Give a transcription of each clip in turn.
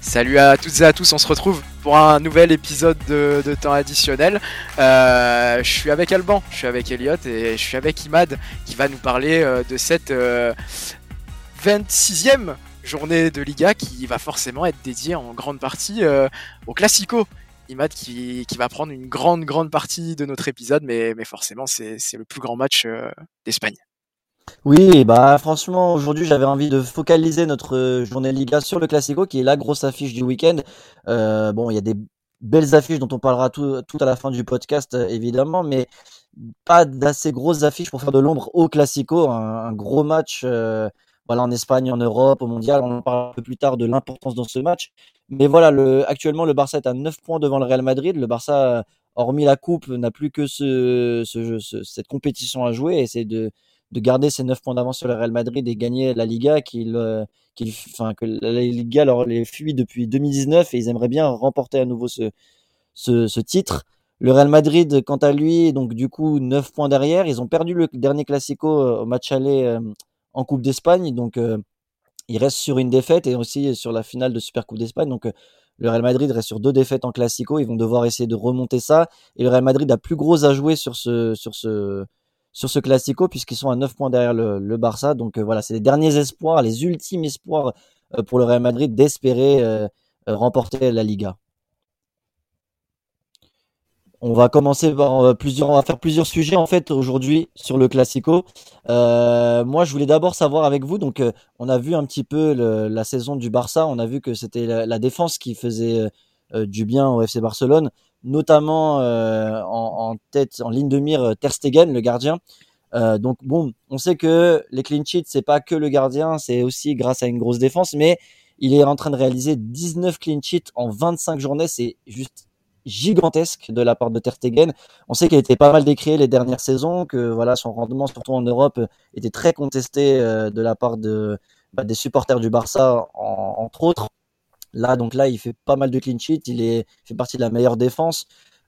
Salut à toutes et à tous, on se retrouve pour un nouvel épisode de temps additionnel. Je suis avec Alban, je suis avec Elliot et je suis avec Imad qui va nous parler de cette 26e journée de Liga qui va forcément être dédiée en grande partie au Classico. Imad qui va prendre une grande partie de notre épisode, mais forcément c'est le plus grand match d'Espagne. Oui, bah franchement, aujourd'hui j'avais envie de focaliser notre journée Liga sur le Classico, qui est la grosse affiche du week-end. Bon, il y a des belles affiches dont on parlera tout à la fin du podcast, évidemment, mais pas d'assez grosses affiches pour faire de l'ombre au Classico, un gros match, voilà, en Espagne, en Europe, au Mondial. On en parlera un peu plus tard de l'importance dans ce match. Mais voilà, actuellement le Barça est à 9 points devant le Real Madrid. Le Barça, hormis la coupe, n'a plus que cette compétition à jouer, et c'est de garder ces 9 points d'avance sur le Real Madrid et gagner la Liga, que la Liga les fuit depuis 2019, et ils aimeraient bien remporter à nouveau ce titre. Le Real Madrid, quant à lui, donc du coup 9 points derrière. Ils ont perdu le dernier Classico au match aller en Coupe d'Espagne, donc ils restent sur une défaite et aussi sur la finale de Super Coupe d'Espagne. Donc le Real Madrid reste sur 2 défaites en Classico. Ils vont devoir essayer de remonter ça. Et le Real Madrid a plus gros à jouer sur ce Classico, puisqu'ils sont à 9 points derrière le Barça. Donc voilà, c'est les derniers espoirs, les ultimes espoirs pour le Real Madrid d'espérer remporter la Liga. On va commencer par on va faire plusieurs sujets en fait aujourd'hui sur le Classico. Moi, je voulais d'abord savoir avec vous. Donc, on a vu un petit peu la saison du Barça. On a vu que c'était la défense qui faisait du bien au FC Barcelone, notamment en tête, en ligne de mire, Ter Stegen, le gardien. Donc bon, on sait que les clean sheets, c'est pas que le gardien, c'est aussi grâce à une grosse défense, mais il est en train de réaliser 19 clean sheets en 25 journées. C'est juste gigantesque de la part de Ter Stegen. On sait qu'il était pas mal décrié les dernières saisons, que voilà, son rendement, surtout en Europe, était très contesté de la part des supporters du Barça, entre autres. Là, il fait pas mal de clean sheets, il fait partie de la meilleure défense.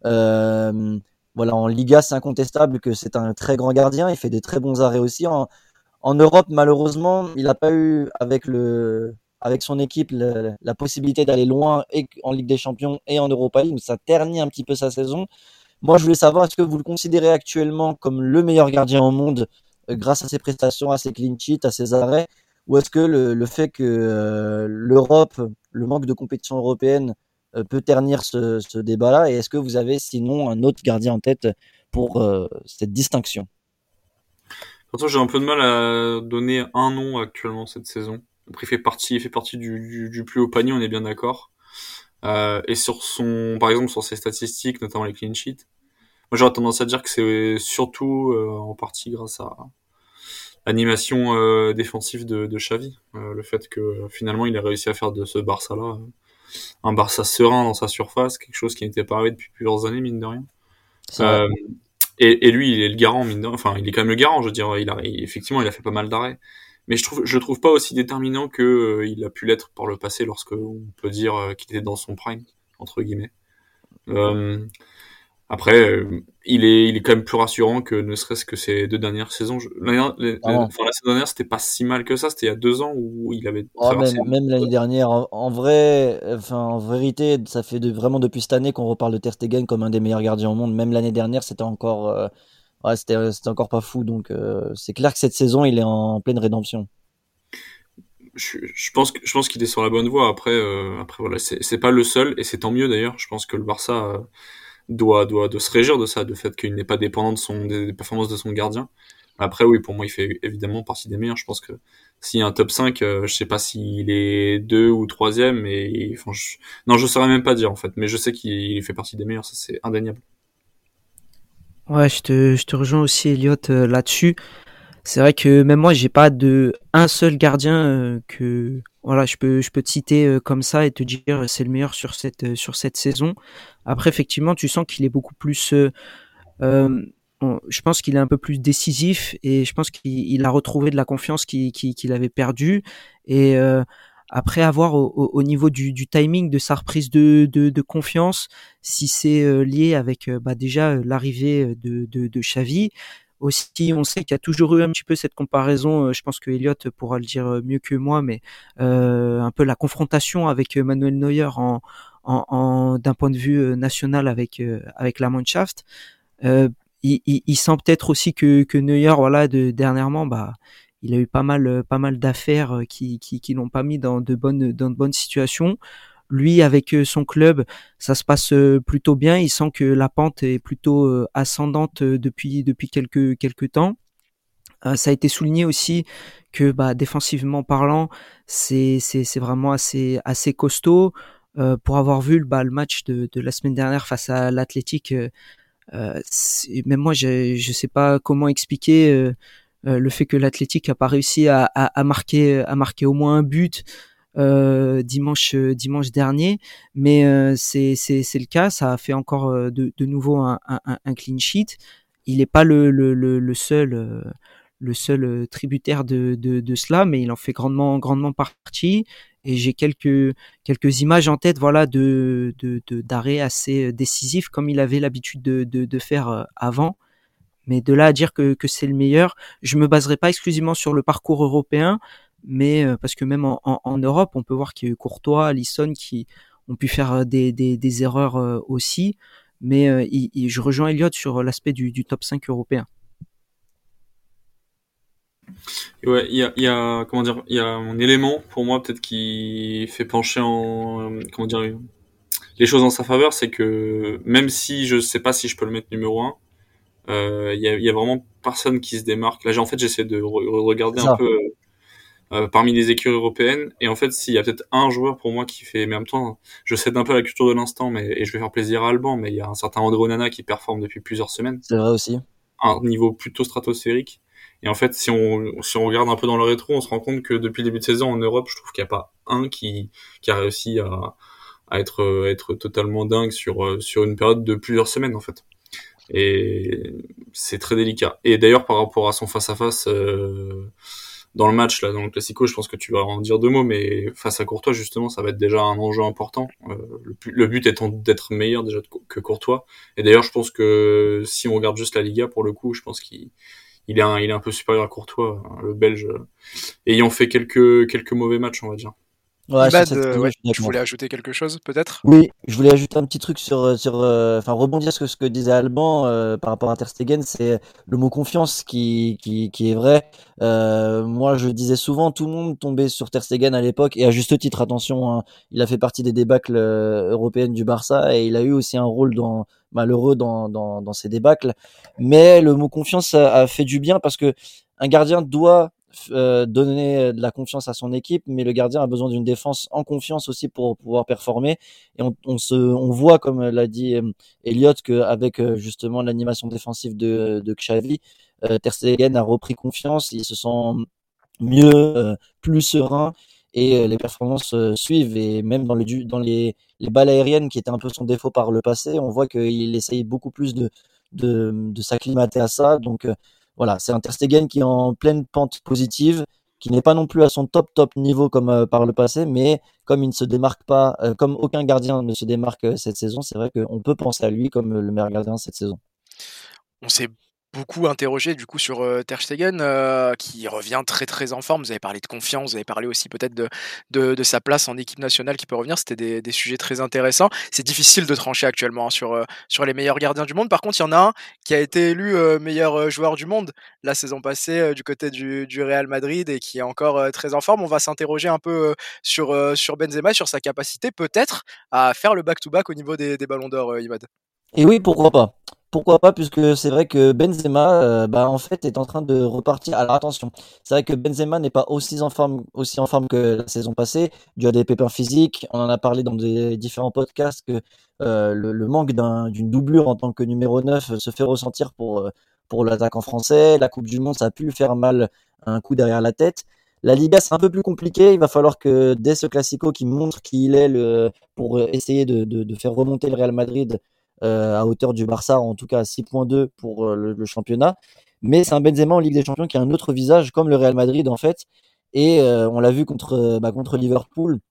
Euh, voilà, en Liga, c'est incontestable que c'est un très grand gardien. Il fait des très bons arrêts aussi. En Europe, malheureusement, il n'a pas eu avec son équipe la possibilité d'aller loin, et en Ligue des Champions et en Europa League. Ça ternit un petit peu sa saison. Moi, je voulais savoir, est-ce que vous le considérez actuellement comme le meilleur gardien au monde grâce à ses prestations, à ses clean sheets, à ses arrêts, ou est-ce que le fait que l'Europe, le manque de compétition européenne peut ternir ce débat-là, et est-ce que vous avez sinon un autre gardien en tête pour cette distinction? Pourtant, j'ai un peu de mal à donner un nom actuellement cette saison. Après, il fait partie du plus haut panier, on est bien d'accord. Et par exemple, sur ses statistiques, notamment les clean sheets, moi j'aurais tendance à dire que c'est surtout en partie grâce à l'animation défensive de Xavi. Le fait que finalement il a réussi à faire de ce Barça-là un Barça serein dans sa surface, quelque chose qui n'était pas arrivé depuis plusieurs années, mine de rien. C'est vrai. Euh, et lui, il est le garant, mine de rien. Enfin, il est quand même le garant, je veux dire. Effectivement, il a fait pas mal d'arrêts. Mais je trouve pas aussi déterminant que il a pu l'être par le passé, lorsque on peut dire qu'il était dans son prime, entre guillemets. Euh, Après, il est quand même plus rassurant que ne serait-ce que ces 2 dernières saisons. Vraiment. Enfin, la saison dernière, c'était pas si mal que ça. C'était il y a 2 ans où il avait Oh, traversé. même l'année dernière, en vrai, enfin, en vérité, ça fait vraiment depuis cette année qu'on reparle de Ter Stegen comme un des meilleurs gardiens au monde. Même l'année dernière, c'était encore, ouais, c'était encore pas fou. Donc, c'est clair que cette saison, il est en pleine rédemption. Je pense qu'il est sur la bonne voie. Après voilà, c'est pas le seul, et c'est tant mieux d'ailleurs. Je pense que le Barça doit se réjouir de ça, de fait qu'il n'est pas dépendant des performances de son gardien. Après, oui, pour moi, il fait évidemment partie des meilleurs. Je pense que s'il y a un top 5, je sais pas s'il est 2 ou troisième, mais enfin, non, je saurais même pas dire en fait, mais je sais qu'il fait partie des meilleurs, ça c'est indéniable. Ouais, je te rejoins aussi, Elliot, là-dessus. C'est vrai que même moi, j'ai pas de un seul gardien que voilà, je peux te citer comme ça et te dire c'est le meilleur sur cette saison. Après, effectivement, tu sens qu'il est beaucoup plus. Euh, je pense qu'il est un peu plus décisif et je pense qu'il a retrouvé de la confiance qu'il avait perdue. Et après avoir au niveau du timing de sa reprise de confiance, si c'est lié avec déjà l'arrivée de Xavi, aussi, on sait qu'il y a toujours eu un petit peu cette comparaison. Je pense que Elliot pourra le dire mieux que moi, mais un peu la confrontation avec Manuel Neuer d'un point de vue national avec la Mannschaft. Il sent peut-être aussi que Neuer, voilà, dernièrement, bah, il a eu pas mal d'affaires qui l'ont pas mis dans de bonnes situations. Lui, avec son club, ça se passe plutôt bien. Il sent que la pente est plutôt ascendante depuis quelques temps. Ça a été souligné aussi que bah, défensivement parlant, c'est vraiment assez costaud. Pour avoir vu le match de la semaine dernière face à l'Athletic, même moi je sais pas comment expliquer le fait que l'Athletic a pas réussi à marquer au moins un but dimanche dernier, mais c'est le cas. Ça a fait encore de nouveau un clean sheet. Il n'est pas le seul tributaire de cela, mais il en fait grandement partie. Et j'ai quelques images en tête, voilà, d'arrêts assez décisifs comme il avait l'habitude de faire avant. Mais de là à dire que c'est le meilleur, je me baserai pas exclusivement sur le parcours européen, mais parce que même en Europe, on peut voir qu'il y a eu Courtois, Alisson qui ont pu faire des erreurs aussi. Mais je rejoins Elliott sur l'aspect du top 5 européen. Ouais, comment dire, il y a un élément pour moi peut-être qui fait pencher comment dire, les choses en sa faveur, c'est que même si je sais pas si je peux le mettre numéro un, il y a vraiment personne qui se démarque. Là, j'essaie de regarder un Ça. peu parmi les écuries européennes, et en fait, s'il y a peut-être un joueur pour moi qui fait, mais en même temps, je cède un peu à la culture de l'instant, et je vais faire plaisir à Alban, mais il y a un certain André Onana qui performe depuis plusieurs semaines, C'est vrai aussi. à un niveau plutôt stratosphérique. Et en fait, si on regarde un peu dans le rétro, on se rend compte que depuis le début de saison en Europe, je trouve qu'il n'y a pas un qui a réussi à être totalement dingue sur une période de plusieurs semaines, en fait. Et c'est très délicat. Et d'ailleurs, par rapport à son face-à-face dans le match, là, dans le Classico, je pense que tu vas en dire deux mots, mais face à Courtois, justement, ça va être déjà un enjeu important. Le but étant d'être meilleur déjà que Courtois. Et d'ailleurs, je pense que si on regarde juste la Liga, pour le coup, je pense qu'il est un peu supérieur à Courtois, hein, le Belge, ayant fait quelques mauvais matchs, on va dire. Ouais, sur Imad, cette ligne, ouais, je suis tu d'accord. voulais ajouter quelque chose, peut-être? Oui, je voulais ajouter un petit truc enfin rebondir sur ce que disait Alban par rapport à Ter Stegen, c'est le mot confiance qui est vrai. Moi, je disais souvent, tout le monde tombait sur Ter Stegen à l'époque et à juste titre. Attention, hein, il a fait partie des débâcles européennes du Barça et il a eu aussi un rôle malheureux dans ces débâcles. Mais le mot confiance a fait du bien parce que un gardien doit donner de la confiance à son équipe, mais le gardien a besoin d'une défense en confiance aussi pour pouvoir performer. Et on voit, comme l'a dit Elliot, qu'avec justement l'animation défensive de Xavi, Ter Stegen a repris confiance, il se sent mieux, plus serein. Et les performances suivent. Et même dans les balles aériennes, qui étaient un peu son défaut par le passé, on voit qu'il essaye beaucoup plus de s'acclimater à ça. Donc voilà, c'est un Ter Stegen qui est en pleine pente positive, qui n'est pas non plus à son top niveau comme par le passé, mais comme il ne se démarque pas, comme aucun gardien ne se démarque cette saison, c'est vrai qu'on peut penser à lui comme le meilleur gardien cette saison. On s'est beaucoup interrogé du coup sur Ter Stegen qui revient très en forme. Vous avez parlé de confiance, vous avez parlé aussi peut-être de sa place en équipe nationale qui peut revenir. C'était des sujets très intéressants. C'est difficile de trancher actuellement hein, sur les meilleurs gardiens du monde. Par contre, il y en a un qui a été élu meilleur joueur du monde la saison passée du côté du Real Madrid et qui est encore très en forme. On va s'interroger un peu sur Benzema, sur sa capacité peut-être à faire le back-to-back au niveau des ballons d'or, Imad. Et oui, pourquoi pas? Pourquoi pas, puisque c'est vrai que Benzema, en fait, est en train de repartir. Alors attention, c'est vrai que Benzema n'est pas aussi en forme que la saison passée, dû à des pépins physiques. On en a parlé dans des différents podcasts que le manque d'une doublure en tant que numéro 9 se fait ressentir pour l'attaquant français. La Coupe du Monde, ça a pu lui faire mal un coup derrière la tête. La Liga, c'est un peu plus compliqué. Il va falloir que dès ce Classico, qui montre qui il est pour essayer de faire remonter le Real Madrid à hauteur du Barça, en tout cas à 6,2 pour le championnat. Mais c'est un Benzema en Ligue des Champions qui a un autre visage, comme le Real Madrid en fait. Et on l'a vu contre Liverpool.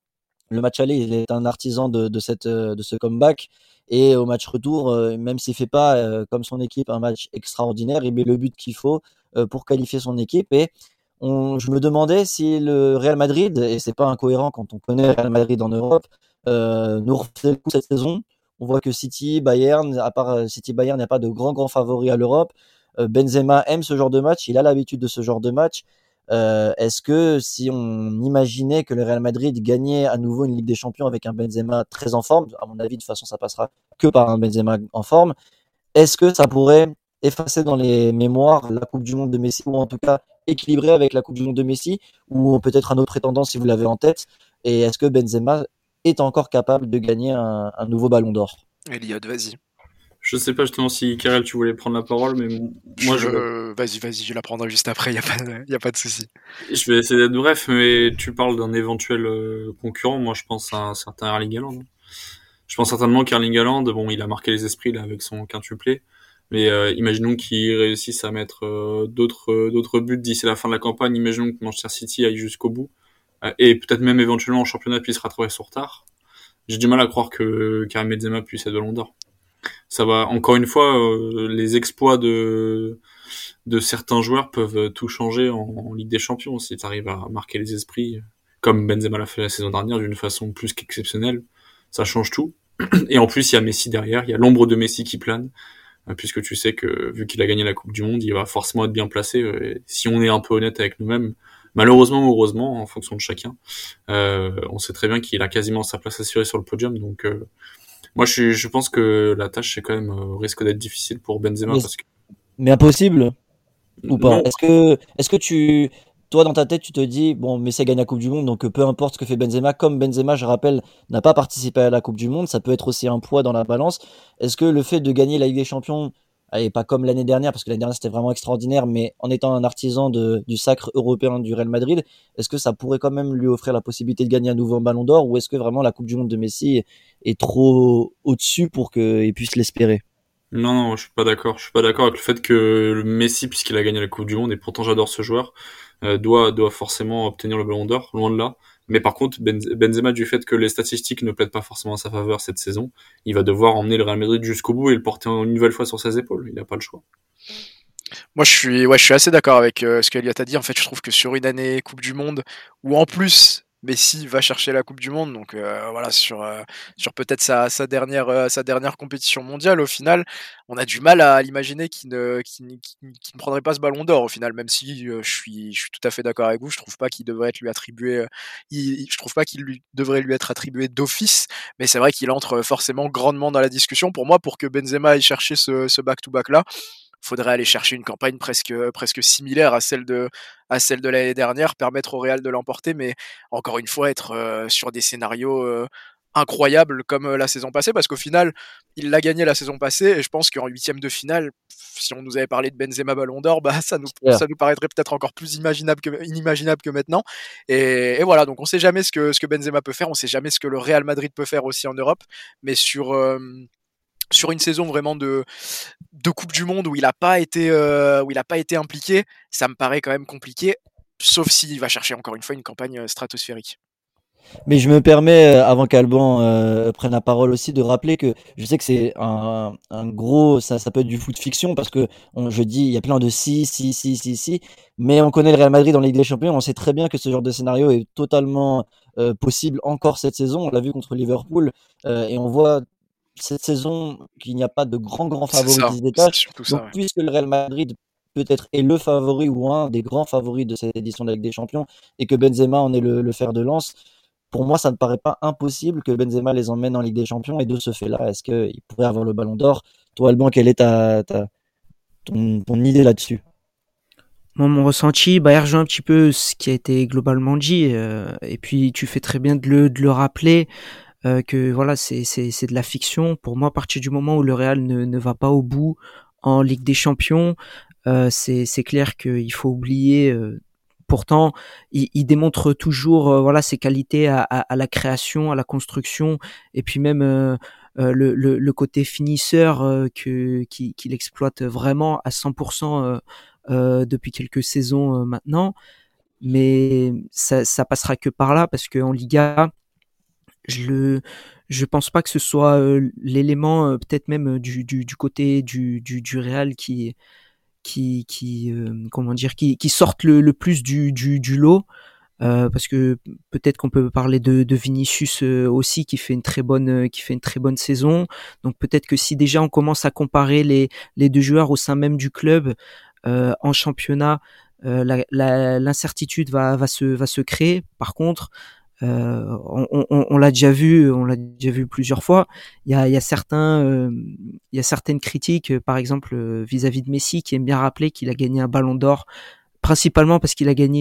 le match aller, il est un artisan de ce comeback. Et au match retour, même s'il fait pas comme son équipe un match extraordinaire, il met le but qu'il faut pour qualifier son équipe. Et je me demandais si le Real Madrid, et c'est pas incohérent quand on connaît le Real Madrid en Europe, nous refait le coup cette saison. On voit que City, Bayern, à part City, Bayern, il n'y a pas de grands favoris à l'Europe. Benzema aime ce genre de match, il a l'habitude de ce genre de match. Est-ce que si on imaginait que le Real Madrid gagnait à nouveau une Ligue des Champions avec un Benzema très en forme, à mon avis, de toute façon, ça passera que par un Benzema en forme, est-ce que ça pourrait effacer dans les mémoires la Coupe du Monde de Messi, ou en tout cas équilibrer avec la Coupe du Monde de Messi, ou peut-être un autre prétendant si vous l'avez en tête? Et est-ce que Benzema est encore capable de gagner un nouveau Ballon d'Or? Elliot, vas-y. Je sais pas justement si Karel tu voulais prendre la parole, mais moi Vas-y, je la prendrai juste après, y a pas de souci. je vais essayer d'être bref, mais tu parles d'un éventuel concurrent. Moi, je pense à un certain Erling Haaland. Je pense certainement qu'Erling Haaland, bon, il a marqué les esprits là avec son quintuplé, mais imaginons qu'il réussisse à mettre d'autres buts d'ici la fin de la campagne. Imaginons que Manchester City aille jusqu'au bout et peut-être même éventuellement en championnat puisse rattraper son retard. J'ai du mal à croire que Karim Benzema puisse être Ballon d'Or. Ça va encore une fois, les exploits de certains joueurs peuvent tout changer en Ligue des Champions si tu arrives à marquer les esprits comme Benzema l'a fait la saison dernière d'une façon plus qu'exceptionnelle. Ça change tout. Et en plus, il y a Messi derrière, il y a l'ombre de Messi qui plane, puisque tu sais que vu qu'il a gagné la Coupe du Monde, il va forcément être bien placé. Et si on est un peu honnête avec nous-mêmes, malheureusement ou heureusement, en fonction de chacun, on sait très bien qu'il a quasiment sa place assurée sur le podium. Donc moi, je pense que la tâche, c'est quand même risque d'être difficile pour Benzema Mais, parce que mais impossible ou pas? non, Est-ce que toi, dans ta tête, tu te dis, bon, Messi gagne la Coupe du Monde, donc peu importe ce que fait Benzema, comme Benzema, je rappelle, n'a pas participé à la Coupe du Monde, ça peut être aussi un poids dans la balance. Est-ce que le fait de gagner la Ligue des Champions, et pas comme l'année dernière, parce que l'année dernière c'était vraiment extraordinaire, mais en étant un artisan du sacre européen du Real Madrid, est-ce que ça pourrait quand même lui offrir la possibilité de gagner à nouveau un Ballon d'Or, ou est-ce que vraiment la Coupe du Monde de Messi est trop au-dessus pour qu'il puisse l'espérer? non, je suis pas d'accord. Je suis pas d'accord avec le fait que le Messi, puisqu'il a gagné la Coupe du Monde, et pourtant j'adore ce joueur, doit forcément obtenir le Ballon d'Or, loin de là. Mais par contre, Benzema, du fait que les statistiques ne plaident pas forcément en sa faveur cette saison, il va devoir emmener le Real Madrid jusqu'au bout et le porter une nouvelle fois sur ses épaules. Il n'a pas le choix. Moi, je suis assez d'accord avec ce qu'Eliott a dit. En fait, je trouve que sur une année Coupe du Monde, où en plus Messi va chercher la Coupe du Monde, donc voilà, sur peut-être sa dernière compétition mondiale, au final, on a du mal à l'imaginer qu'il ne prendrait pas ce Ballon d'Or, au final, même si je suis tout à fait d'accord avec vous. Je trouve pas qu'il devrait être lui attribué, je trouve pas qu'il devrait lui être attribué d'office, mais c'est vrai qu'il entre forcément grandement dans la discussion. Pour moi, pour que Benzema aille chercher ce back-to-back là, faudrait aller chercher une campagne presque similaire à celle de l'année dernière, permettre au Real de l'emporter, mais encore une fois être sur des scénarios incroyables comme la saison passée, parce qu'au final il l'a gagné la saison passée, et je pense qu'en huitième de finale, si on nous avait parlé de Benzema Ballon d'Or, bah ça nous paraîtrait peut-être encore plus inimaginable que maintenant, et voilà. Donc on sait jamais ce que Benzema peut faire, on sait jamais ce que le Real Madrid peut faire aussi en Europe, mais sur une saison vraiment de Coupe du Monde où il a pas été impliqué, ça me paraît quand même compliqué, sauf s'il va chercher encore une fois une campagne stratosphérique. Mais je me permets, avant qu'Alban prenne la parole aussi, de rappeler que je sais que c'est un gros, ça peut être du foot fiction, parce que je dis, il y a plein de si, mais on connaît le Real Madrid dans la Ligue des Champions, on sait très bien que ce genre de scénario est totalement possible encore cette saison. On l'a vu contre Liverpool, et on voit cette saison qu'il n'y a pas de grands C'est favoris ça, qui se c'est détachent. surtout ça. Donc, Ouais. puisque le Real Madrid peut-être est le favori ou un des grands favoris de cette édition de la Ligue des Champions, et que Benzema en est le fer de lance, pour moi, ça ne paraît pas impossible que Benzema les emmène en Ligue des Champions. Et de ce fait-là, est-ce qu'il pourrait avoir le Ballon d'Or? Toi, Alban, quelle est ton idée là-dessus? Moi, mon ressenti, il rejoint un petit peu ce qui a été globalement dit. Et puis, tu fais très bien de le rappeler, que voilà, c'est de la fiction. Pour moi, à partir du moment où le Real ne va pas au bout en Ligue des Champions, c'est clair qu'il faut oublier. Pourtant, il démontre toujours voilà ses qualités à la création, à la construction, et puis même le côté finisseur qu'il exploite vraiment à 100% depuis quelques saisons maintenant. Mais ça passera que par là, parce qu'en Liga, je pense pas que ce soit l'élément peut-être même du côté du Real comment dire qui sortent le plus du lot. Parce que peut-être qu'on peut parler de Vinicius aussi qui fait une très bonne saison. Donc peut-être que si déjà on commence à comparer les deux joueurs au sein même du club en championnat, l'incertitude va se créer. Par contre, on l'a déjà vu plusieurs fois. Il y a certaines critiques, par exemple vis-à-vis de Messi, qui aime bien rappeler qu'il a gagné un Ballon d'Or principalement parce qu'il a gagné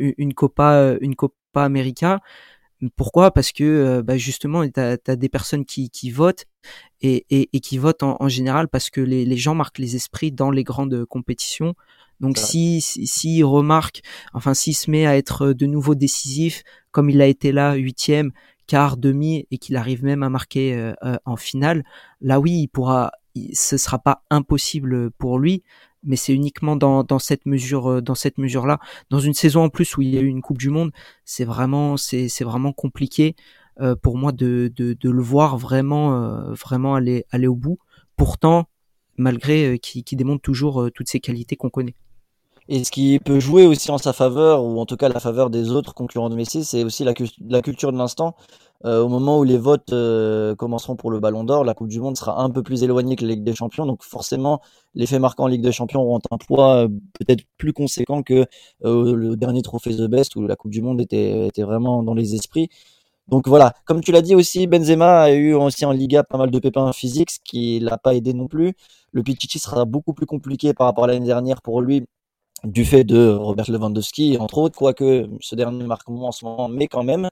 une Copa América. Pourquoi? Parce que justement, t'as des personnes qui votent et qui votent en général parce que les gens marquent les esprits dans les grandes compétitions. Donc s'il remarque, enfin s'il se met à être de nouveau décisif, comme il a été là, huitième, quart, demi, et qu'il arrive même à marquer en finale, là oui, ce sera pas impossible pour lui, mais c'est uniquement dans cette mesure-là. Dans une saison en plus où il y a eu une Coupe du Monde, c'est vraiment compliqué pour moi de le voir vraiment aller au bout. Pourtant, malgré qu'il démontre toujours toutes ces qualités qu'on connaît. Et ce qui peut jouer aussi en sa faveur, ou en tout cas la faveur des autres concurrents de Messi, c'est aussi la culture de l'instant. Au moment où les votes commenceront pour le Ballon d'Or, la Coupe du Monde sera un peu plus éloignée que la Ligue des Champions, donc forcément les faits marquants en Ligue des Champions auront un poids peut-être plus conséquent que le dernier trophée The Best, où la Coupe du Monde était vraiment dans les esprits. Donc voilà, comme tu l'as dit aussi, Benzema a eu aussi en Liga pas mal de pépins physiques, ce qui l'a pas aidé non plus. Le Pichichi sera beaucoup plus compliqué par rapport à l'année dernière pour lui, du fait de Robert Lewandowski, entre autres, quoique ce dernier marque moins en ce moment, mais quand même.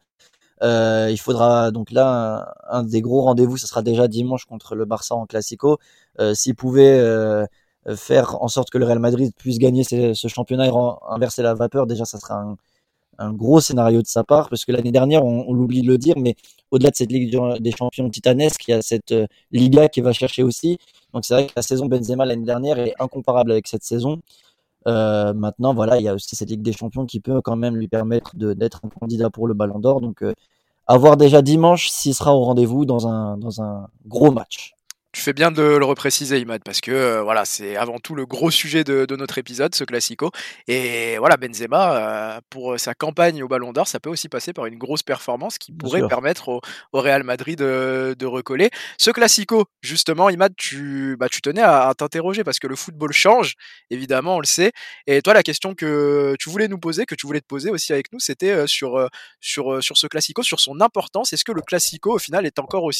Il faudra donc là un des gros rendez-vous, ce sera déjà dimanche contre le Barça en Classico. S'il pouvait faire en sorte que le Real Madrid puisse gagner ce championnat et inverser la vapeur, déjà ça sera un gros scénario de sa part, parce que l'année dernière, on l'oublie de le dire, mais au-delà de cette Ligue des Champions titanesque, il y a cette Liga qui va chercher aussi. Donc c'est vrai que la saison Benzema l'année dernière est incomparable avec cette saison. Maintenant, voilà, il y a aussi cette Ligue des Champions qui peut quand même lui permettre d'être un candidat pour le Ballon d'Or. Donc, à voir déjà dimanche s'il sera au rendez-vous dans un gros match. Tu fais bien de le repréciser, Imad, parce que voilà, c'est avant tout le gros sujet de notre épisode, ce Classico. Et voilà, Benzema, pour sa campagne au Ballon d'Or, ça peut aussi passer par une grosse performance qui pourrait permettre au Real Madrid de recoller. Ce Classico, justement, Imad, tu tenais à t'interroger parce que le football change, évidemment, on le sait. Et toi, la question que tu voulais nous poser, que tu voulais te poser aussi avec nous, c'était sur ce Classico, sur son importance. Est-ce que le Classico, au final, est encore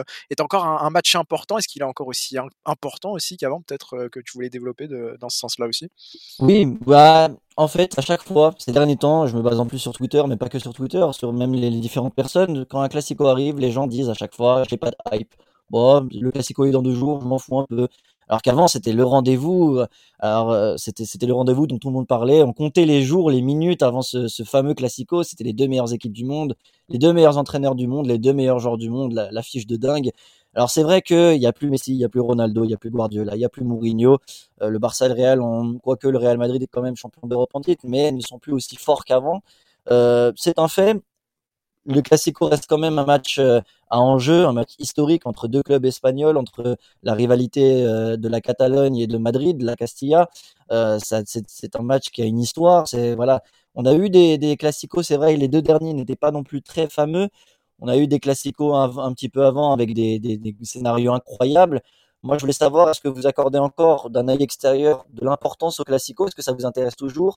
un match important? Est-ce qu'il est encore aussi important aussi qu'avant? Peut-être que tu voulais développer dans ce sens-là aussi. Oui, bah, en fait, à chaque fois, ces derniers temps, je me base en plus sur Twitter, mais pas que sur Twitter, sur même les différentes personnes. Quand un Classico arrive, les gens disent à chaque fois, j'ai pas de hype. Bon, le Classico est dans 2 jours, je m'en fous un peu. Alors qu'avant, c'était le rendez-vous. Alors, c'était le rendez-vous dont tout le monde parlait. On comptait les jours, les minutes avant ce fameux Classico. C'était les 2 meilleures équipes du monde, les 2 meilleurs entraîneurs du monde, les 2 meilleurs joueurs du monde, l'affiche de dingue. Alors c'est vrai qu'il y a plus Messi, il y a plus Ronaldo, il y a plus Guardiola, il y a plus Mourinho. Le Barça et le Real, quoique le Real Madrid est quand même champion d'Europe en titre, mais ne sont plus aussi forts qu'avant. C'est un fait. Le Classico reste quand même un match à enjeu, un match historique entre deux clubs espagnols, entre la rivalité de la Catalogne et de Madrid, la Castilla. C'est un match qui a une histoire. Voilà, on a eu des Classicos, c'est vrai, les 2 derniers n'étaient pas non plus très fameux. On a eu des Classicos un petit peu avant avec des scénarios incroyables. Moi, je voulais savoir, est-ce que vous accordez encore d'un œil extérieur de l'importance au Classico? Est-ce que ça vous intéresse toujours?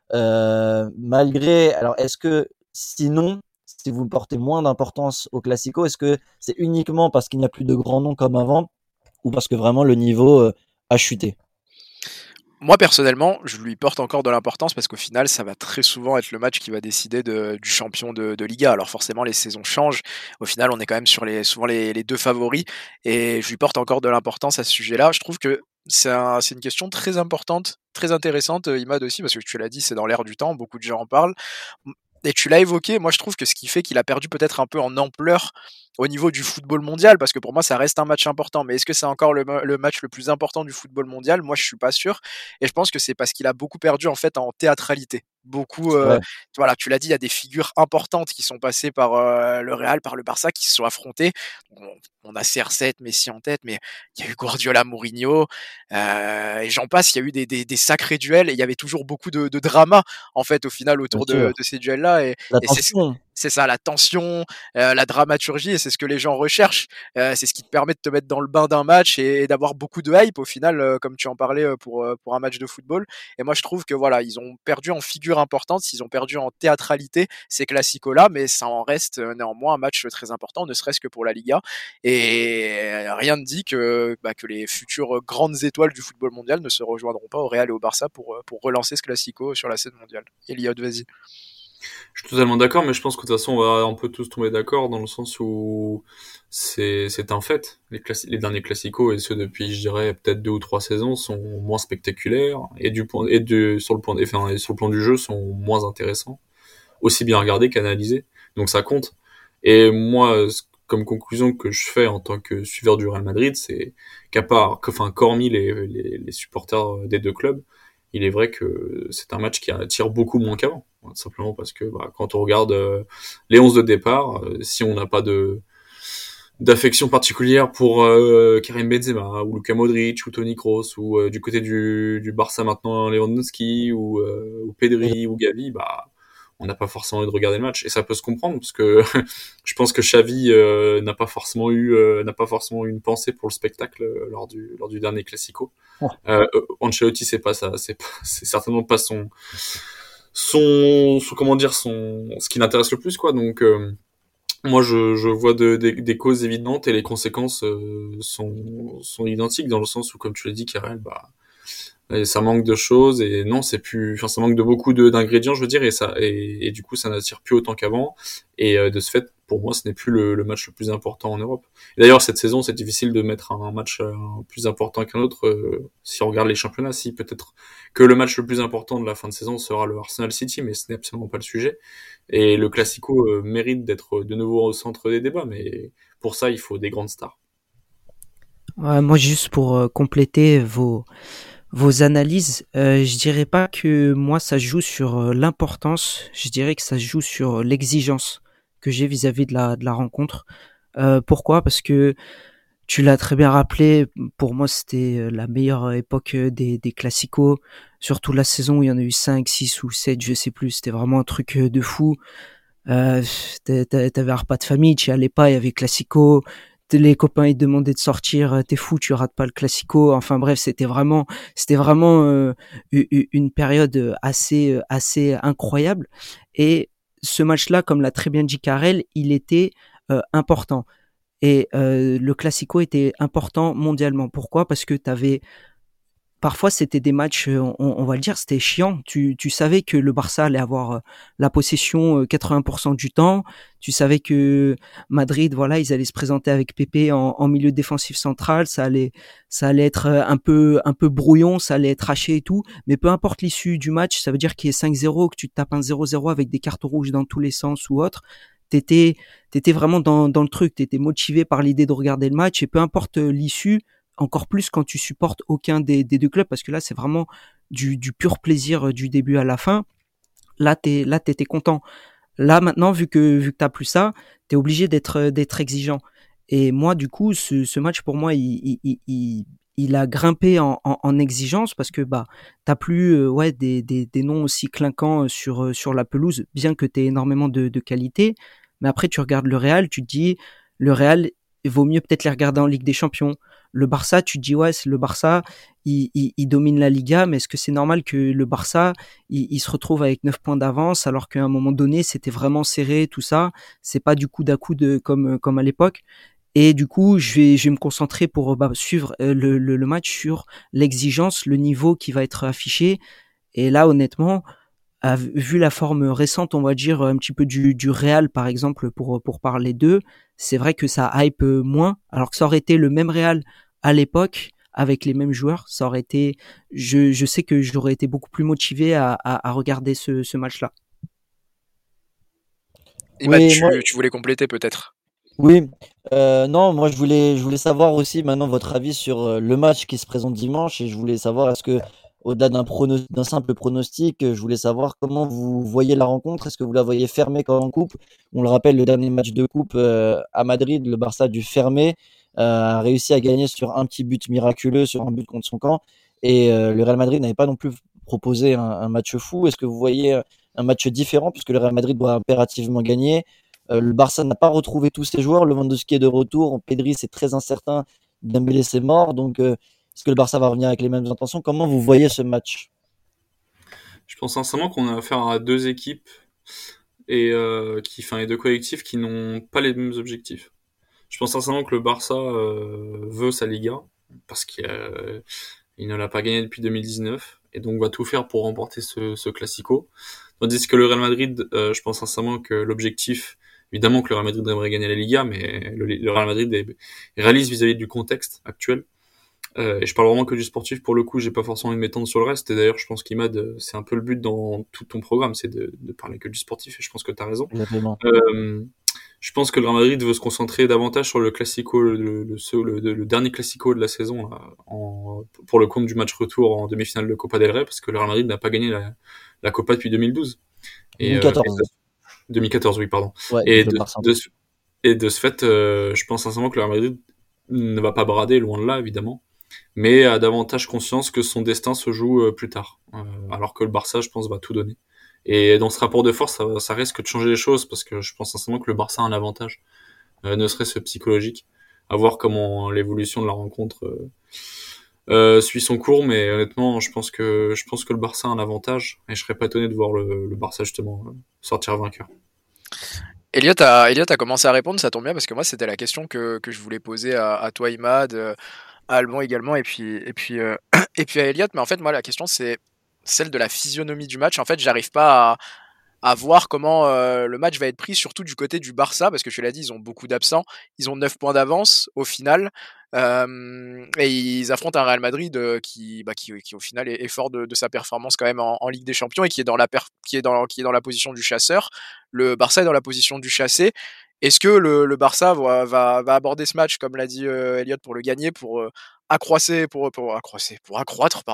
Alors, est-ce que sinon, si vous portez moins d'importance au Classico, est-ce que c'est uniquement parce qu'il n'y a plus de grands noms comme avant ou parce que vraiment le niveau a chuté? Moi, personnellement, je lui porte encore de l'importance parce qu'au final, ça va très souvent être le match qui va décider du champion de Liga. Alors forcément, les saisons changent. Au final, on est quand même sur souvent les deux favoris et je lui porte encore de l'importance à ce sujet-là. Je trouve que c'est une question très importante, très intéressante, Imad aussi, parce que tu l'as dit, c'est dans l'air du temps, beaucoup de gens en parlent. Et tu l'as évoqué, moi je trouve que ce qui fait qu'il a perdu peut-être un peu en ampleur au niveau du football mondial, parce que pour moi ça reste un match important, mais est-ce que c'est encore le match le plus important du football mondial? Moi je suis pas sûr, et je pense que c'est parce qu'il a beaucoup perdu en fait en théâtralité. beaucoup. Ouais. Voilà, tu l'as dit, il y a des figures importantes qui sont passées par le Real, par le Barça, qui se sont affrontés. On a CR7, Messi en tête, mais il y a eu Guardiola, Mourinho, et j'en passe. Il y a eu des sacrés duels et il y avait toujours beaucoup de drama en fait au final autour de ces duels-là. La Et tension. c'est ça, la tension, la dramaturgie, et c'est ce que les gens recherchent. C'est ce qui te permet de te mettre dans le bain d'un match et d'avoir beaucoup de hype au final, comme tu en parlais pour un match de football. Et moi, je trouve que voilà, ils ont perdu en figure importante, ils ont perdu en théâtralité ces classicos-là, mais ça en reste néanmoins un match très important, ne serait-ce que pour la Liga. Et rien ne dit que les futures grandes étoiles du football mondial ne se rejoindront pas au Real et au Barça pour relancer ce classico sur la scène mondiale. Eliott, vas-y. Je suis totalement d'accord, mais je pense que de toute façon, on peut tous tomber d'accord dans le sens où c'est un fait. Les derniers classicos, et ceux depuis, je dirais, peut-être 2 ou 3 saisons, sont moins spectaculaires et sur le plan du jeu, sont moins intéressants, aussi bien regardés qu'analysés. Donc ça compte. Et moi, comme conclusion que je fais en tant que suiveur du Real Madrid, c'est qu'hormis les supporters des deux clubs, il est vrai que c'est un match qui attire beaucoup moins qu'avant. Simplement parce que quand on regarde les 11 de départ, si on n'a pas d'affection particulière pour Karim Benzema ou Luka Modric ou Toni Kroos ou du côté du Barça maintenant Lewandowski ou Pedri ou Gavi, on n'a pas forcément envie de regarder le match, et ça peut se comprendre parce que je pense que Xavi n'a pas forcément eu une pensée pour le spectacle lors du dernier Classico. Ouais. Ancelotti, c'est certainement pas ce qui l'intéresse le plus, quoi. Donc moi je vois des causes évidentes, et les conséquences sont identiques, dans le sens où, comme tu l'as dit, Karel, et ça manque de choses, et non, ça manque de beaucoup d'ingrédients, je veux dire, et du coup ça n'attire plus autant qu'avant, et de ce fait, pour moi, ce n'est plus le match le plus important en Europe. Et d'ailleurs, cette saison, c'est difficile de mettre un match plus important qu'un autre si on regarde les championnats. Si, peut-être que le match le plus important de la fin de saison sera le Arsenal City, mais ce n'est absolument pas le sujet. Et le Classico mérite d'être de nouveau au centre des débats, mais pour ça, il faut des grandes stars. Ouais, moi, juste pour compléter vos analyses, je dirais pas que moi ça joue sur l'importance, je dirais que ça joue sur l'exigence que j'ai vis-à-vis de la rencontre. Pourquoi? Parce que tu l'as très bien rappelé, pour moi c'était la meilleure époque des classicos, surtout la saison où il y en a eu 5, 6 ou 7, je sais plus, c'était vraiment un truc de fou. T'avais un repas de famille, tu y allais pas, il y avait classico, les copains ils te demandaient de sortir, t'es fou, tu rates pas le classico. Enfin bref, c'était vraiment une période assez incroyable. Et ce match-là, comme l'a très bien dit Karel, il était important. Et le classico était important mondialement. Pourquoi? Parce que parfois c'était des matchs, on va le dire, c'était chiant. Tu savais que le Barça allait avoir la possession 80% du temps. Tu savais que Madrid, voilà, ils allaient se présenter avec Pepe en milieu défensif central. Ça allait être un peu brouillon, ça allait être haché et tout. Mais peu importe l'issue du match, ça veut dire qu'il y ait 5-0, que tu te tapes un 0-0 avec des cartes rouges dans tous les sens ou autre. T'étais vraiment dans le truc. T'étais motivé par l'idée de regarder le match, et peu importe l'issue. Encore plus quand tu supportes aucun des deux clubs, parce que là c'est vraiment du pur plaisir du début à la fin. Là t'étais content. Là maintenant, vu que t'as plus ça, t'es obligé d'être exigeant. Et moi du coup ce match pour moi il a grimpé en exigence, parce que t'as plus des noms aussi clinquants sur la pelouse, bien que t'aies énormément de qualité. Mais après tu regardes le Real, tu te dis le Real, il vaut mieux peut-être les regarder en Ligue des Champions. Le Barça, tu te dis c'est le Barça, il domine la Liga, mais est-ce que c'est normal que le Barça il se retrouve avec 9 points d'avance, alors qu'à un moment donné c'était vraiment serré, tout ça. C'est pas du coup d'à coup comme à l'époque. Et du coup je vais me concentrer pour suivre le match sur l'exigence, le niveau qui va être affiché. Et là honnêtement, vu la forme récente, on va dire un petit peu du Real par exemple, pour parler d'eux, c'est vrai que ça hype moins, alors que ça aurait été le même Real à l'époque avec les mêmes joueurs, ça aurait été, je sais que j'aurais été beaucoup plus motivé à regarder ce match-là. Et oui, tu voulais compléter peut-être? Oui, non, moi je voulais savoir aussi maintenant votre avis sur le match qui se présente dimanche, et je voulais savoir, est-ce que au-delà d'un simple pronostic, je voulais savoir comment vous voyez la rencontre. Est-ce que vous la voyez fermée comme en coupe? On le rappelle, le dernier match de coupe à Madrid, le Barça a dû fermer, a réussi à gagner sur un petit but miraculeux, sur un but contre son camp. Et le Real Madrid n'avait pas non plus proposé un match fou. Est-ce que vous voyez un match différent puisque le Real Madrid doit impérativement gagner? Le Barça n'a pas retrouvé tous ses joueurs. Lewandowski est de retour. Pedri, c'est très incertain. Dembélé, c'est mort. Donc, est-ce que le Barça va revenir avec les mêmes intentions? Comment vous voyez ce match? Je pense sincèrement qu'on a affaire à deux équipes et les deux collectifs qui n'ont pas les mêmes objectifs. Je pense sincèrement que le Barça veut sa Liga parce qu'il ne l'a pas gagné depuis 2019 et donc va tout faire pour remporter ce Classico. Tandis que le Real Madrid, je pense sincèrement que l'objectif, évidemment que le Real Madrid aimerait gagner la Liga, mais le Real Madrid est réaliste vis-à-vis du contexte actuel. Et je parle vraiment que du sportif pour le coup, j'ai pas forcément envie de m'étendre sur le reste. Et d'ailleurs, je pense qu'Imad, c'est un peu le but dans tout ton programme, c'est de parler que du sportif. Et je pense que t'as raison. Exactement. Je pense que le Real Madrid veut se concentrer davantage sur le Classico, le dernier Classico de la saison, là, pour le compte du match retour en demi-finale de Copa del Rey, parce que le Real Madrid n'a pas gagné la Copa depuis 2012. Et, 2014. 2014, oui, pardon. Ouais, Et le Barça. de ce fait, je pense sincèrement que le Real Madrid ne va pas brader, loin de là, évidemment, mais a davantage conscience que son destin se joue plus tard. Alors que le Barça, je pense, va tout donner. Et dans ce rapport de force, ça risque de changer les choses, parce que je pense sincèrement que le Barça a un avantage, ne serait-ce psychologique, à voir comment l'évolution de la rencontre suit son cours, mais honnêtement, je pense que le Barça a un avantage, et je serais pas étonné de voir le Barça justement sortir vainqueur. Elliot a commencé à répondre, ça tombe bien parce que moi c'était la question que je voulais poser à toi Imad, à Alban également et puis à Elliot, mais en fait moi la question c'est celle de la physionomie du match. En fait j'arrive pas à voir comment le match va être pris, surtout du côté du Barça, parce que tu l'as dit, ils ont beaucoup d'absents, ils ont 9 points d'avance au final, et ils affrontent un Real Madrid qui au final est fort de sa performance quand même en Ligue des Champions et qui est dans la position du chasseur. Le Barça est dans la position du chassé. Est-ce que le Barça va aborder ce match, comme l'a dit Elliot, pour le gagner, pour accroître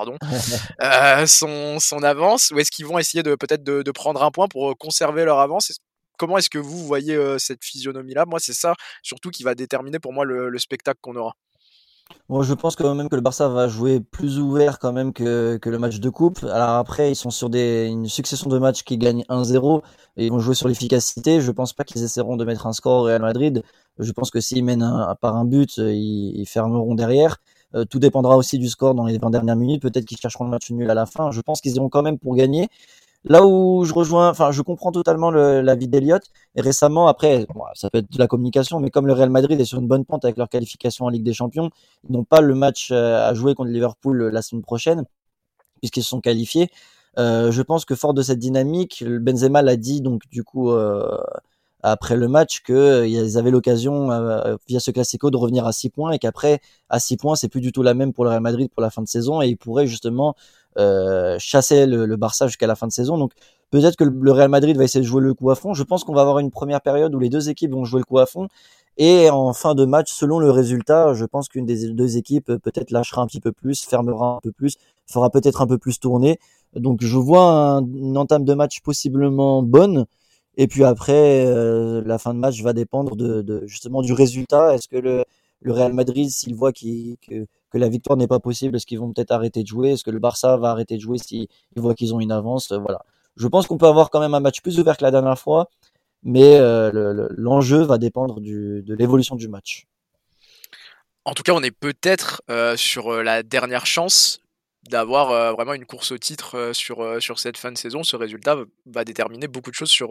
son avance, ou est-ce qu'ils vont essayer peut-être de prendre un point pour conserver leur avance? Comment est-ce que vous voyez cette physionomie-là? Moi, c'est ça surtout qui va déterminer pour moi le spectacle qu'on aura. Moi, je pense quand même que le Barça va jouer plus ouvert quand même que le match de coupe. Alors après, ils sont sur une succession de matchs qui gagnent 1-0 et ils vont jouer sur l'efficacité. Je pense pas qu'ils essaieront de mettre un score au Real Madrid. Je pense que s'ils mènent par un but, ils fermeront derrière. Tout dépendra aussi du score dans les 20 dernières minutes. Peut-être qu'ils chercheront le match nul à la fin. Je pense qu'ils iront quand même pour gagner. Là où je comprends totalement l'avis d'Eliott. Et récemment, après, bon, ça peut être de la communication, mais comme le Real Madrid est sur une bonne pente avec leur qualification en Ligue des Champions, ils n'ont pas le match à jouer contre Liverpool la semaine prochaine, puisqu'ils se sont qualifiés. Je pense que fort de cette dynamique, Benzema l'a dit donc du coup après le match qu'ils avaient l'occasion via ce Classico de revenir à 6 points et qu'après à 6 points c'est plus du tout la même pour le Real Madrid pour la fin de saison et ils pourraient justement chasser le Barça jusqu'à la fin de saison. Donc peut-être que le Real Madrid va essayer de jouer le coup à fond. Je pense qu'on va avoir une première période où les deux équipes vont jouer le coup à fond et en fin de match, selon le résultat, je pense qu'une des deux équipes peut-être lâchera un petit peu plus, fermera un peu plus, fera peut-être un peu plus tourner. Donc je vois une entame de match possiblement bonne. Et puis après, la fin de match va dépendre justement du résultat. Est-ce que le Real Madrid, s'il voit que la victoire n'est pas possible, est-ce qu'ils vont peut-être arrêter de jouer? Est-ce que le Barça va arrêter de jouer s'ils voient qu'ils ont une avance? Voilà. Je pense qu'on peut avoir quand même un match plus ouvert que la dernière fois, mais l'enjeu va dépendre de l'évolution du match. En tout cas, on est peut-être sur la dernière chance d'avoir vraiment une course au titre sur cette fin de saison. Ce résultat va déterminer beaucoup de choses sur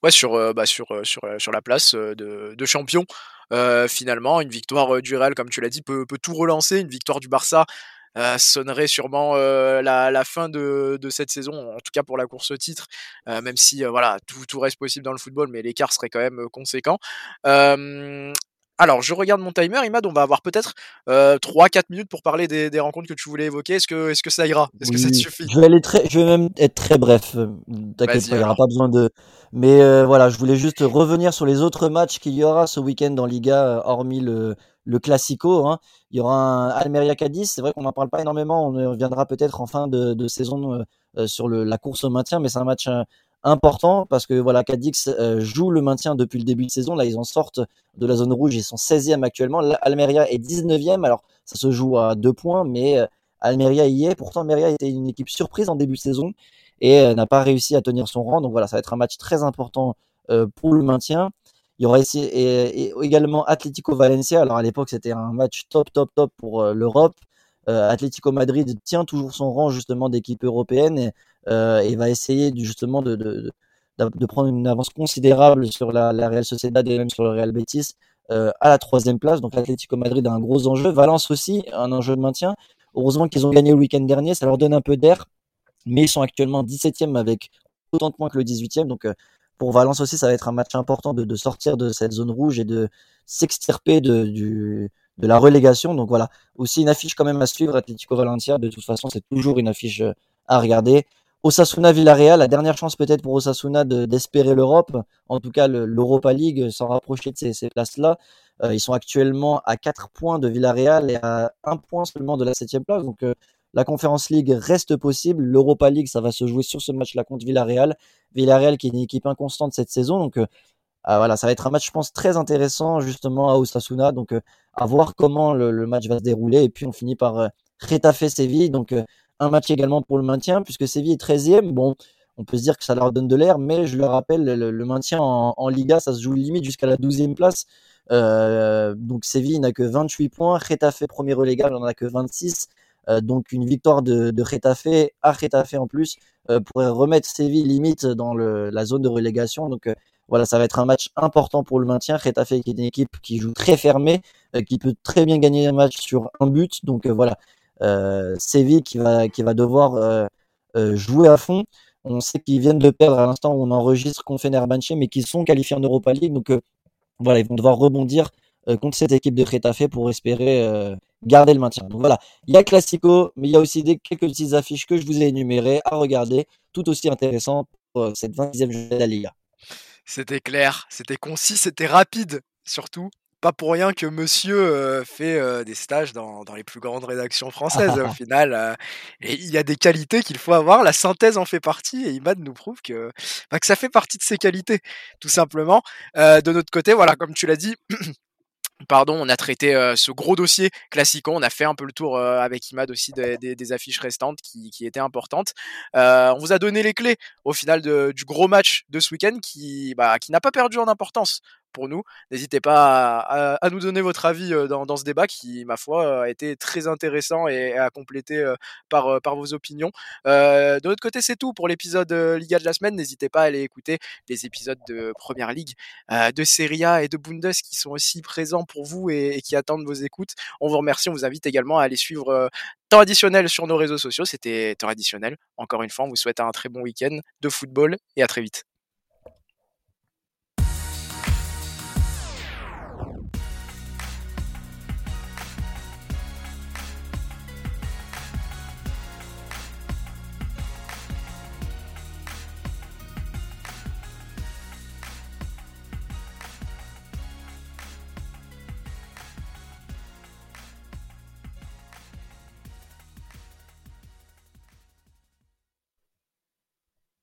la place de champion. Finalement, une victoire du Real, comme tu l'as dit, peut tout relancer. Une victoire du Barça sonnerait sûrement la fin de cette saison, en tout cas pour la course au titre, même si tout reste possible dans le football, mais l'écart serait quand même conséquent. Alors, je regarde mon timer, Imad, on va avoir peut-être 3-4 minutes pour parler des rencontres que tu voulais évoquer. Est-ce que ça ira? Est-ce que ça te suffit? Je vais même être très bref. T'inquiète pas, il n'y aura pas besoin de... Mais voilà, je voulais juste revenir sur les autres matchs qu'il y aura ce week-end en Liga, hormis le le Classico. Hein. Il y aura un Almeria-Cadiz. C'est vrai qu'on n'en parle pas énormément. On y reviendra peut-être en fin de saison sur la course au maintien, mais c'est un match important parce que voilà, Cadix joue le maintien depuis le début de saison. Là, ils en sortent de la zone rouge. Ils sont 16e actuellement. Almeria est 19e. Alors, ça se joue à 2 points, mais Almeria y est. Pourtant, Almeria était une équipe surprise en début de saison et n'a pas réussi à tenir son rang. Donc voilà, ça va être un match très important pour le maintien. Il y aura ici et également Atlético Valencia. Alors à l'époque, c'était un match top pour l'Europe. Atlético Madrid tient toujours son rang justement d'équipe européenne et va essayer justement de prendre une avance considérable sur la Real Sociedad et même sur le Real Betis à la 3e place. Donc Atlético Madrid a un gros enjeu. Valence aussi, un enjeu de maintien. Heureusement qu'ils ont gagné le week-end dernier, ça leur donne un peu d'air, mais ils sont actuellement 17e avec autant de points que le 18e. Donc pour Valence aussi, ça va être un match important de sortir de cette zone rouge et de s'extirper de la relégation. Donc voilà, aussi une affiche quand même à suivre, Atlético Valencia. De toute façon, c'est toujours une affiche à regarder. Osasuna Villarreal, la dernière chance peut-être pour Osasuna d'espérer l'Europe, en tout cas l'Europa League, s'en rapprocher de ces places-là. Ils sont actuellement à 4 points de Villarreal et à 1 point seulement de la 7e place. Donc la Conference League reste possible. L'Europa League, ça va se jouer sur ce match-là contre Villarreal. Villarreal qui est une équipe inconstante cette saison. Donc voilà, ça va être un match, je pense, très intéressant justement à Osasuna. Donc à voir comment le match va se dérouler. Et puis on finit par Getafe-Séville. Donc un match également pour le maintien, puisque Séville est 13e. Bon, on peut se dire que ça leur donne de l'air, mais je le rappelle, le maintien en Liga, ça se joue limite jusqu'à la 12e place. Donc Séville n'a que 28 points. Getafe, premier relégable, n'en a que 26. Donc une victoire de Getafe à Getafe en plus pourrait remettre Séville limite dans la zone de relégation. Donc voilà, ça va être un match important pour le maintien. Getafe qui est une équipe qui joue très fermée, qui peut très bien gagner un match sur un but. Donc voilà, Séville qui va devoir jouer à fond. On sait qu'ils viennent de perdre à l'instant où on enregistre contre Fenerbahçe, mais qu'ils sont qualifiés en Europa League. Donc voilà, ils vont devoir rebondir contre cette équipe de Getafe pour espérer garder le maintien. Donc voilà, il y a Classico, mais il y a aussi quelques petites affiches que je vous ai énumérées à regarder, tout aussi intéressantes pour cette 20e journée de la Liga. C'était clair, c'était concis, c'était rapide surtout. Pas pour rien que monsieur fait des stages dans les plus grandes rédactions françaises au final. Et il y a des qualités qu'il faut avoir, la synthèse en fait partie et Imad nous prouve que ça fait partie de ses qualités, tout simplement. De notre côté, voilà, comme tu l'as dit, pardon, on a traité ce gros dossier Classico. On a fait un peu le tour avec Imad aussi des affiches restantes qui étaient importantes. On vous a donné les clés au final du gros match de ce week-end qui n'a pas perdu en importance pour nous. N'hésitez pas à nous donner votre avis dans ce débat qui, ma foi, a été très intéressant et à compléter par vos opinions. De notre côté, c'est tout pour l'épisode Liga de la semaine. N'hésitez pas à aller écouter les épisodes de Première Ligue, de Serie A et de Bundes qui sont aussi présents pour vous et qui attendent vos écoutes. On vous remercie, on vous invite également à aller suivre Temps Additionnel sur nos réseaux sociaux. C'était Temps Additionnel. Encore une fois, on vous souhaite un très bon week-end de football et à très vite.